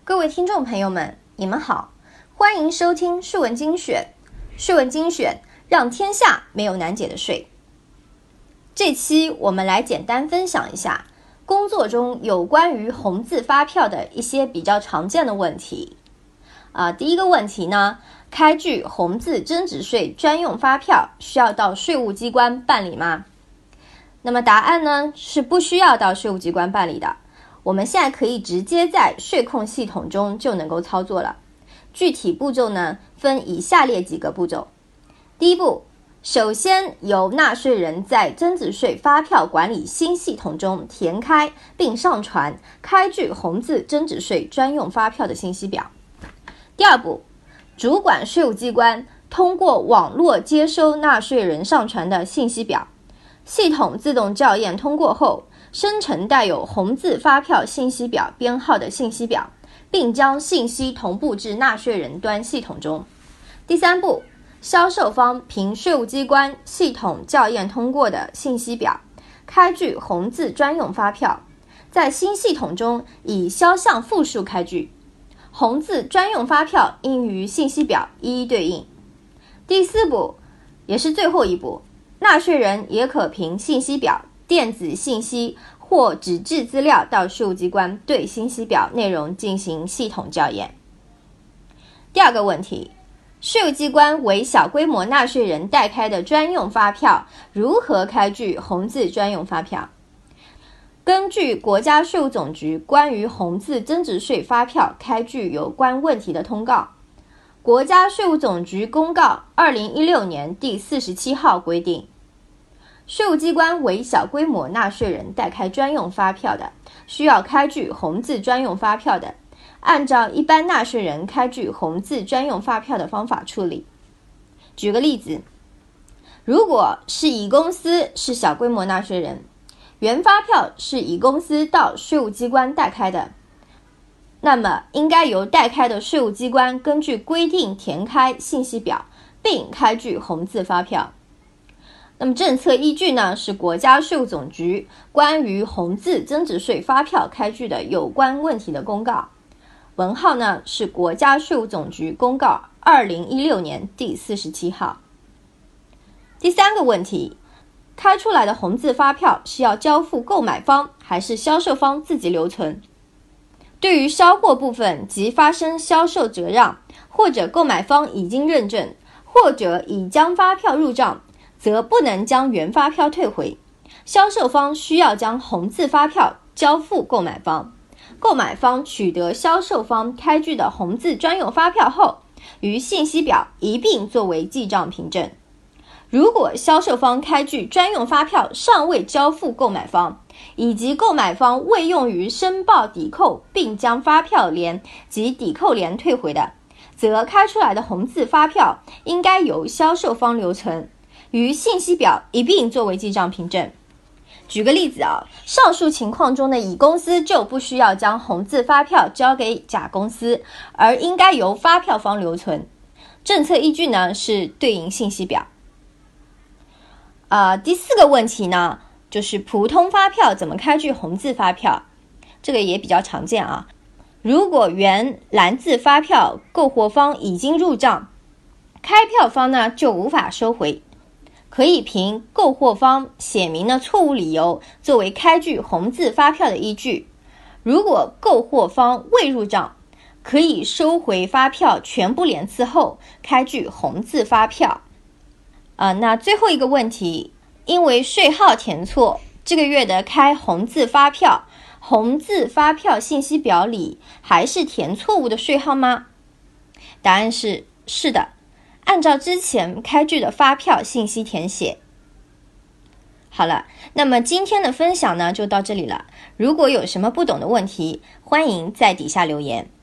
各位听众朋友们，你们好，欢迎收听税问精选。税问精选，让天下没有难解的税。这期我们来简单分享一下工作中有关于红字发票的一些比较常见的问题。第一个问题呢，开具红字增值税专用发票需要到税务机关办理吗？那么答案呢是不需要到税务机关办理的，我们现在可以直接在税控系统中就能够操作了。具体步骤呢分以下列几个步骤。第一步，首先由纳税人在增值税发票管理新系统中填开并上传开具红字增值税专用发票的信息表。第二步，主管税务机关通过网络接收纳税人上传的信息表，系统自动校验通过后，生成带有红字发票信息表编号的信息表，并将信息同步至纳税人端系统中。第三步，销售方凭税务机关系统校验通过的信息表，开具红字专用发票，在新系统中以销项复数开具，红字专用发票应与信息表一一对应。第四步，也是最后一步，纳税人也可凭信息表、电子信息或纸质资料到税务机关对信息表内容进行系统校验。第二个问题，税务机关为小规模纳税人代开的专用发票如何开具红字专用发票？根据国家税务总局关于红字增值税发票开具有关问题的通告，国家税务总局公告2016年第47号规定，税务机关为小规模纳税人代开专用发票的，需要开具红字专用发票的，按照一般纳税人开具红字专用发票的方法处理。举个例子，如果是乙公司是小规模纳税人，原发票是乙公司到税务机关代开的，那么应该由代开的税务机关根据规定填开信息表，并开具红字发票。那么政策依据呢，是国家税务总局关于红字增值税发票开具的有关问题的公告，文号呢是国家税务总局公告2016年第47号。第三个问题，开出来的红字发票是要交付购买方还是销售方自己留存？对于销货部分即发生销售折让，或者购买方已经认证，或者已将发票入账，则不能将原发票退回，销售方需要将红字发票交付购买方，购买方取得销售方开具的红字专用发票后，与信息表一并作为记账凭证。如果销售方开具专用发票尚未交付购买方，以及购买方未用于申报抵扣并将发票联及抵扣联退回的，则开出来的红字发票应该由销售方留存，与信息表一并作为记账凭证。举个例子上述情况中的乙公司就不需要将红字发票交给甲公司，而应该由发票方留存。政策依据呢是对应信息表。第四个问题呢，就是普通发票怎么开具红字发票？这个也比较常见如果原蓝字发票购货方已经入账，开票方呢就无法收回，可以凭购货方写明的错误理由作为开具红字发票的依据。如果购货方未入账，可以收回发票全部连次后开具红字发票。那最后一个问题，因为税号填错，这个月的开红字发票，红字发票信息表里还是填错误的税号吗？答案是是的，按照之前开具的发票信息填写。好了，那么今天的分享呢就到这里了，如果有什么不懂的问题，欢迎在底下留言。